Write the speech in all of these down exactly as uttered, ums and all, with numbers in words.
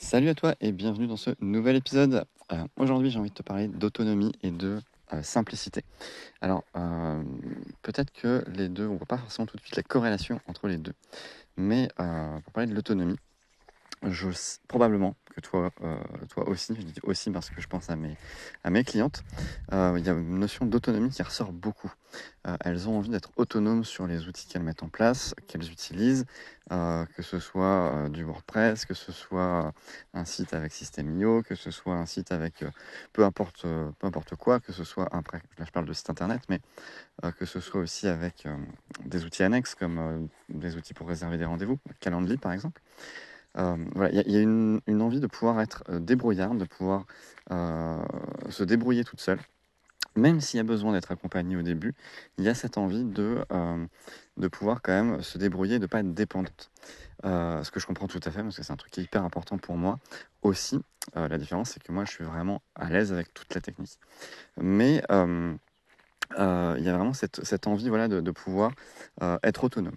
Salut à toi et bienvenue dans ce nouvel épisode. Euh, Aujourd'hui, j'ai envie de te parler d'autonomie et de euh, simplicité. Alors, euh, peut-être que les deux, on ne voit pas forcément tout de suite la corrélation entre les deux. Mais euh, pour parler de l'autonomie, je s- probablement que toi, euh, toi aussi, je dis aussi parce que je pense à mes, à mes clientes, euh, il y a une notion d'autonomie qui ressort beaucoup. Euh, elles ont envie d'être autonomes sur les outils qu'elles mettent en place, qu'elles utilisent, euh, que ce soit euh, du WordPress, que ce soit un site avec System.io, que ce soit un site avec euh, peu importe, euh, peu importe quoi, que ce soit, après, là je parle de site internet, mais euh, que ce soit aussi avec euh, des outils annexes comme euh, des outils pour réserver des rendez-vous, Calendly par exemple. Euh, voilà, il y a, y a une, une envie de pouvoir être euh, débrouillarde, de pouvoir euh, se débrouiller toute seule. Même s'il y a besoin d'être accompagné au début, il y a cette envie de, euh, de pouvoir quand même se débrouiller, de ne pas être dépendante. Euh, ce que je comprends tout à fait, parce que c'est un truc qui est hyper important pour moi aussi. Euh, la différence, c'est que moi, je suis vraiment à l'aise avec toute la technique. Mais euh, euh, il y a vraiment cette, cette envie voilà, de, de pouvoir euh, être autonome.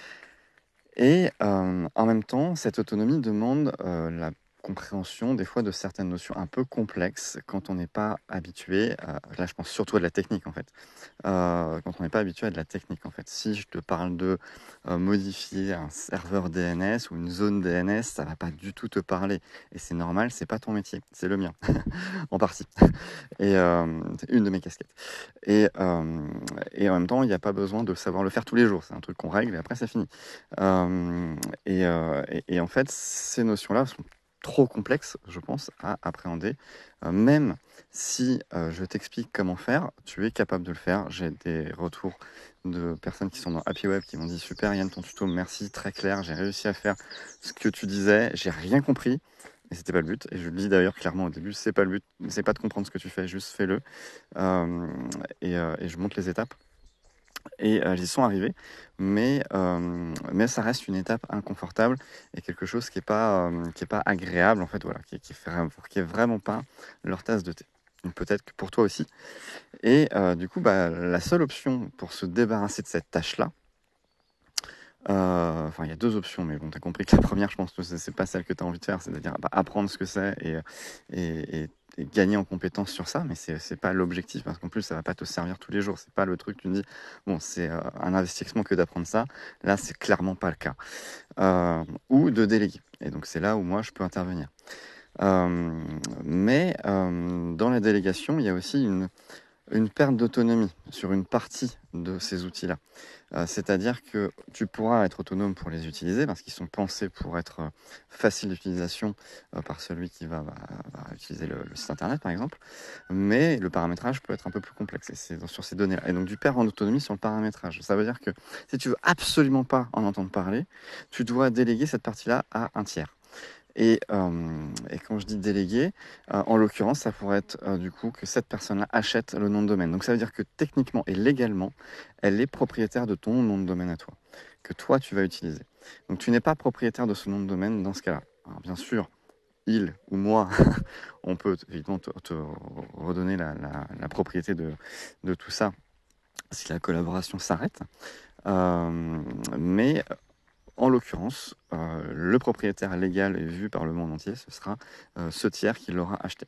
Et euh, en même temps, cette autonomie demande euh, la compréhension des fois de certaines notions un peu complexes quand on n'est pas habitué, à- là je pense surtout à de la technique en fait, euh, quand on n'est pas habitué à de la technique en fait. Si je te parle de euh, modifier un serveur D N S ou une zone D N S, ça va pas du tout te parler. Et c'est normal, c'est pas ton métier, c'est le mien, en partie. Et euh, c'est une de mes casquettes. Et, euh, et en même temps, il n'y a pas besoin de savoir le faire tous les jours. C'est un truc qu'on règle et après, c'est fini. Euh, et, euh, et, et en fait, ces notions-là sont trop complexes, je pense, à appréhender. Euh, même si euh, je t'explique comment faire, tu es capable de le faire. J'ai des retours de personnes qui sont dans Happy Web qui m'ont dit super Yann, ton tuto, merci, très clair, j'ai réussi à faire ce que tu disais, j'ai rien compris. Et c'était pas le but. Et je le dis d'ailleurs clairement au début, c'est pas le but, c'est pas de comprendre ce que tu fais, juste fais-le. Euh, et, euh, et je montre les étapes. Et euh, elles y sont arrivées, mais, euh, mais ça reste une étape inconfortable et quelque chose qui n'est pas, euh, qui est pas agréable, en fait, voilà, qui, qui, fait, qui est vraiment pas leur tasse de thé. Donc peut-être que pour toi aussi. Et euh, du coup, bah, la seule option pour se débarrasser de cette tâche-là, euh, enfin, il y a deux options, mais bon, tu as compris que la première, je pense que c'est c'est pas celle que tu as envie de faire, c'est-à-dire bah, apprendre ce que c'est et, et, et, et gagner en compétences sur ça, mais c'est c'est pas l'objectif, parce qu'en plus, ça va pas te servir tous les jours. C'est pas le truc, tu me dis, bon, c'est euh, un investissement que d'apprendre ça. Là, c'est clairement pas le cas. Euh, ou de déléguer. Et donc, c'est là où moi, je peux intervenir. Euh, mais euh, dans la délégation, il y a aussi une, une perte d'autonomie sur une partie de ces outils-là. Euh, c'est-à-dire que tu pourras être autonome pour les utiliser parce qu'ils sont pensés pour être euh, faciles d'utilisation euh, par celui qui va, va- va utiliser le, le site internet par exemple, mais le paramétrage peut être un peu plus complexe et c'est sur ces données-là. Et donc tu perds en autonomie sur le paramétrage. Ça veut dire que si tu veux absolument pas en entendre parler, tu dois déléguer cette partie-là à un tiers. Et, euh, et quand je dis délégué, euh, en l'occurrence, ça pourrait être euh, du coup que cette personne-là achète le nom de domaine. Donc ça veut dire que techniquement et légalement, elle est propriétaire de ton nom de domaine à toi, que toi tu vas utiliser. Donc tu n'es pas propriétaire de ce nom de domaine dans ce cas-là. Alors bien sûr, il ou moi, on peut évidemment te, te redonner la, la- la propriété de, de tout ça si la collaboration s'arrête. Euh, mais en l'occurrence, euh, le propriétaire légal et vu par le monde entier, ce sera euh, ce tiers qui l'aura acheté.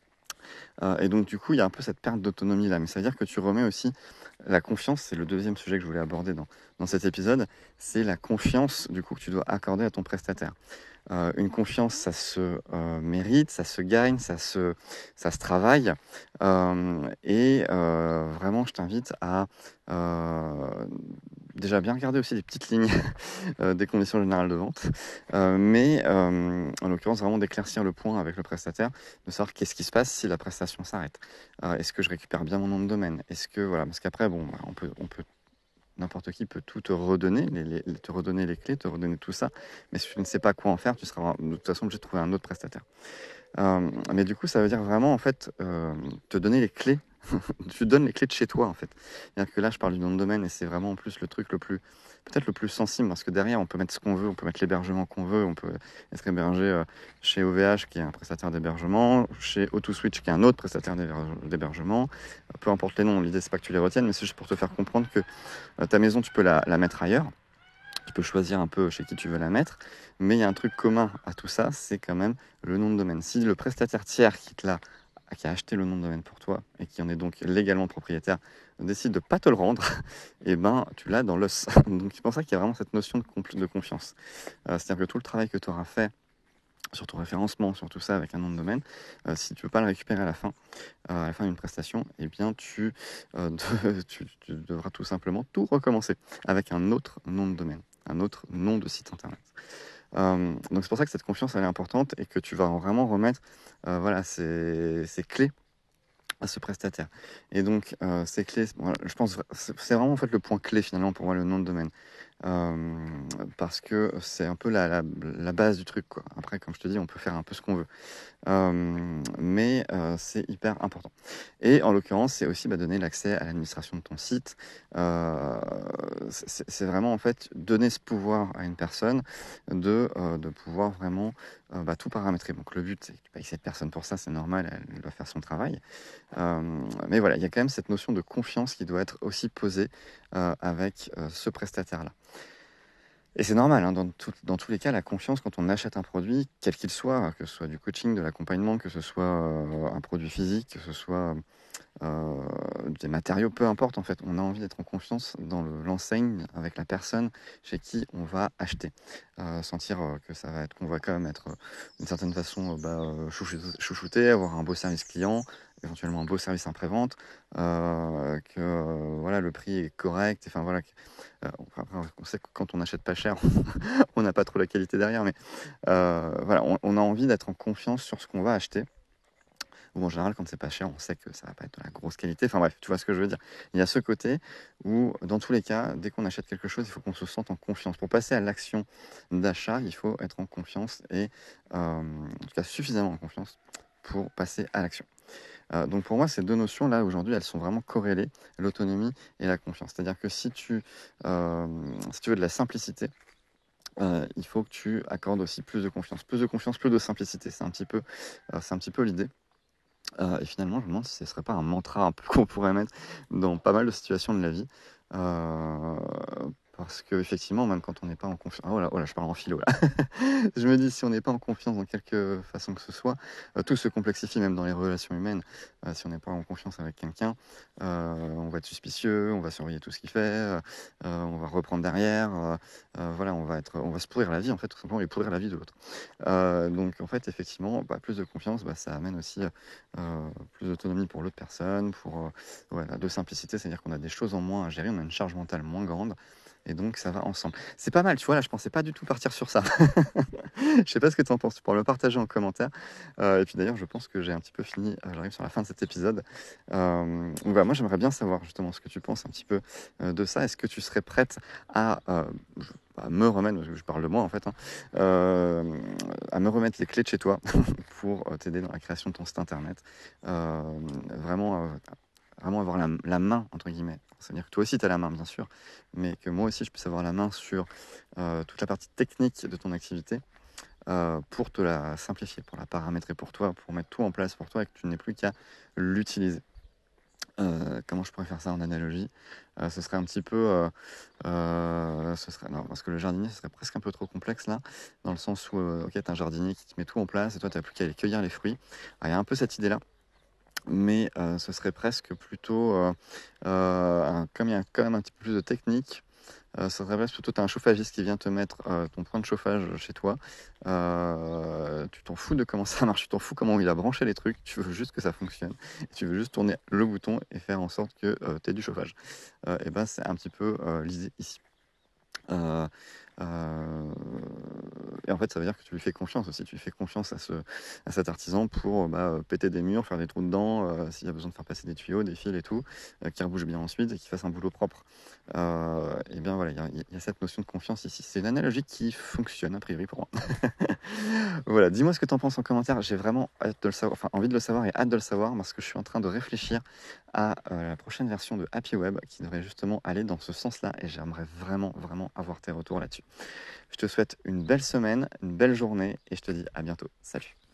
Euh, et donc du coup, il y a un peu cette perte d'autonomie là, mais ça veut dire que tu remets aussi la confiance, c'est le deuxième sujet que je voulais aborder dans, dans cet épisode, c'est la confiance du coup que tu dois accorder à ton prestataire. Euh, une confiance, ça se euh, mérite, ça se gagne, ça se, ça se travaille. Euh, et euh, vraiment, je t'invite à euh, déjà bien regarder aussi les petites lignes euh, des conditions générales de vente, euh, mais euh, en l'occurrence vraiment d'éclaircir le point avec le prestataire, de savoir qu'est-ce qui se passe si la prestation s'arrête. Euh, est-ce que je récupère bien mon nom de domaine? Est-ce que voilà, parce qu'après bon, bah, on peut, on peut n'importe qui peut tout te redonner, les, les, te redonner les clés, te redonner tout ça, mais si tu ne sais pas quoi en faire, tu seras de toute façon obligé de trouver un autre prestataire. Euh, mais du coup, ça veut dire vraiment en fait euh, te donner les clés. Tu donnes les clés de chez toi en fait. C'est-à-dire que là, je parle du nom de domaine et c'est vraiment en plus le truc le plus, peut-être le plus sensible parce que derrière, on peut mettre ce qu'on veut, on peut mettre l'hébergement qu'on veut, on peut être hébergé euh, chez O V H qui est un prestataire d'hébergement, chez O deux Switch qui est un autre prestataire d'hébergement. Euh, peu importe les noms, l'idée c'est pas que tu les retiennes, mais c'est juste pour te faire comprendre que euh, ta maison, tu peux la, la mettre ailleurs. Tu peux choisir un peu chez qui tu veux la mettre, mais il y a un truc commun à tout ça, c'est quand même le nom de domaine. Si le prestataire tiers qui te l'a qui a acheté le nom de domaine pour toi et qui en est donc légalement propriétaire décide de ne pas te le rendre, et ben tu l'as dans l'os. Donc c'est pour ça qu'il y a vraiment cette notion de, de confiance. Euh, C'est-à-dire que tout le travail que tu auras fait sur ton référencement, sur tout ça avec un nom de domaine, euh, si tu ne veux pas le récupérer à la fin, euh, à la fin d'une prestation, eh bien tu, euh, de, tu, tu devras tout simplement tout recommencer avec un autre nom de domaine, un autre nom de site internet. Euh, donc c'est pour ça que cette confiance elle est importante et que tu vas vraiment remettre euh, voilà, ces, ces clés à ce prestataire. Et donc euh, ces clés, voilà, je pense c'est vraiment en fait le point clé finalement pour moi, le nom de domaine. Euh, parce que c'est un peu la, la, la base du truc, quoi. Après, comme je te dis, on peut faire un peu ce qu'on veut. Euh, mais euh, c'est hyper important. Et en l'occurrence, c'est aussi bah, donner l'accès à l'administration de ton site. Euh, c'est vraiment en fait donner ce pouvoir à une personne de, euh, de pouvoir vraiment euh, bah, tout paramétrer. Donc le but, c'est que tu payes cette personne pour ça, c'est normal, elle, elle doit faire son travail. Euh, mais voilà, il y a quand même cette notion de confiance qui doit être aussi posée euh, avec euh, ce prestataire-là. Et c'est normal, hein, dans, tout, dans tous les cas, la confiance quand on achète un produit, quel qu'il soit, que ce soit du coaching, de l'accompagnement, que ce soit euh, un produit physique, que ce soit euh, des matériaux, peu importe en fait, on a envie d'être en confiance dans l'enseigne, avec la personne chez qui on va acheter. Euh, sentir euh, que ça va être, qu'on va quand même être euh, d'une certaine façon euh, bah, euh, chouchouté, chouchouté, avoir un beau service client, éventuellement un beau service après-vente, euh, que euh, voilà, le prix est correct, enfin voilà. Euh, enfin, on sait que quand on n'achète pas cher, on n'a pas trop la qualité derrière, mais euh, voilà, on, on a envie d'être en confiance sur ce qu'on va acheter. Ou en général, quand c'est pas cher, on sait que ça va pas être de la grosse qualité. Enfin bref, tu vois ce que je veux dire. Il y a ce côté où, dans tous les cas, dès qu'on achète quelque chose, il faut qu'on se sente en confiance. Pour passer à l'action d'achat, il faut être en confiance et, euh, en tout cas, suffisamment en confiance pour passer à l'action. Euh, donc pour moi, ces deux notions-là, aujourd'hui, elles sont vraiment corrélées, l'autonomie et la confiance. C'est-à-dire que si tu, euh, si tu veux de la simplicité, euh, il faut que tu accordes aussi plus de confiance. Plus de confiance, plus de simplicité. C'est un petit peu, euh, c'est un petit peu l'idée. Euh, et finalement, je me demande si ce ne serait pas un mantra un peu qu'on pourrait mettre dans pas mal de situations de la vie. Euh, parce qu'effectivement, même quand on n'est pas en confiance... Oh là, oh là, je parle en philo là. Je me dis, si on n'est pas en confiance dans quelque façon que ce soit, euh, tout se complexifie même dans les relations humaines. Euh, si on n'est pas en confiance avec quelqu'un, euh, on va être suspicieux, on va surveiller tout ce qu'il fait, euh, on va reprendre derrière, euh, euh, voilà, on va, être, on va se pourrir la vie, en fait, tout simplement, et pourrir la vie de l'autre. Euh, donc, en fait, effectivement, bah, plus de confiance, bah, ça amène aussi euh, plus d'autonomie pour l'autre personne, pour euh, voilà, de simplicité, c'est-à-dire qu'on a des choses en moins à gérer, on a une charge mentale moins grande. Et donc ça va ensemble. C'est pas mal, tu vois, là je pensais pas du tout partir sur ça. Je sais pas ce que tu en penses, tu pourras me le partager en commentaire. Euh, et puis d'ailleurs, je pense que j'ai un petit peu fini, euh, j'arrive sur la fin de cet épisode. Euh, donc voilà, moi j'aimerais bien savoir justement ce que tu penses un petit peu euh, de ça. Est-ce que tu serais prête à, euh, à me remettre, parce que je parle de moi en fait, hein, euh, à me remettre les clés de chez toi pour t'aider dans la création de ton site internet. Euh, vraiment, euh, vraiment avoir la, la main, entre guillemets. C'est-à-dire que toi aussi tu as la main, bien sûr, mais que moi aussi je puisse avoir la main sur euh, toute la partie technique de ton activité. Euh, pour te la simplifier, pour la paramétrer pour toi, pour mettre tout en place pour toi et que tu n'aies plus qu'à l'utiliser. Euh, comment je pourrais faire ça en analogie? Euh, ce serait un petit peu euh, euh, ce serait non, parce que le jardinier ce serait presque un peu trop complexe là, dans le sens où euh, ok, t'as un jardinier qui te met tout en place et toi t'as plus qu'à aller cueillir les fruits. Il y a un peu cette idée là, mais euh, ce serait presque plutôt euh, euh, un, comme il y a quand même un petit peu plus de technique. Euh, ça serait plutôt, tu as un chauffagiste qui vient te mettre euh, ton point de chauffage chez toi. Euh, tu t'en fous de comment ça marche, tu t'en fous comment il a branché les trucs, tu veux juste que ça fonctionne. Et tu veux juste tourner le bouton et faire en sorte que euh, tu aies du chauffage. Euh, et ben c'est un petit peu euh, l'idée ici. Euh, euh, et en fait, ça veut dire que tu lui fais confiance aussi. Tu lui fais confiance à, ce, à cet artisan pour bah, péter des murs, faire des trous dedans, euh, s'il y a besoin de faire passer des tuyaux, des fils et tout, euh, qui rebouche bien ensuite et qui fasse un boulot propre. Euh, et bien voilà, il y, y a cette notion de confiance ici. C'est une analogie qui fonctionne a priori pour moi. Voilà, dis-moi ce que tu en penses en commentaire. J'ai vraiment hâte de le savoir, enfin envie de le savoir et hâte de le savoir parce que je suis en train de réfléchir à euh, la prochaine version de Happy Web qui devrait justement aller dans ce sens-là et j'aimerais vraiment, vraiment avoir tes retours là-dessus. Je te souhaite une belle semaine, une belle journée et je te dis à bientôt. Salut!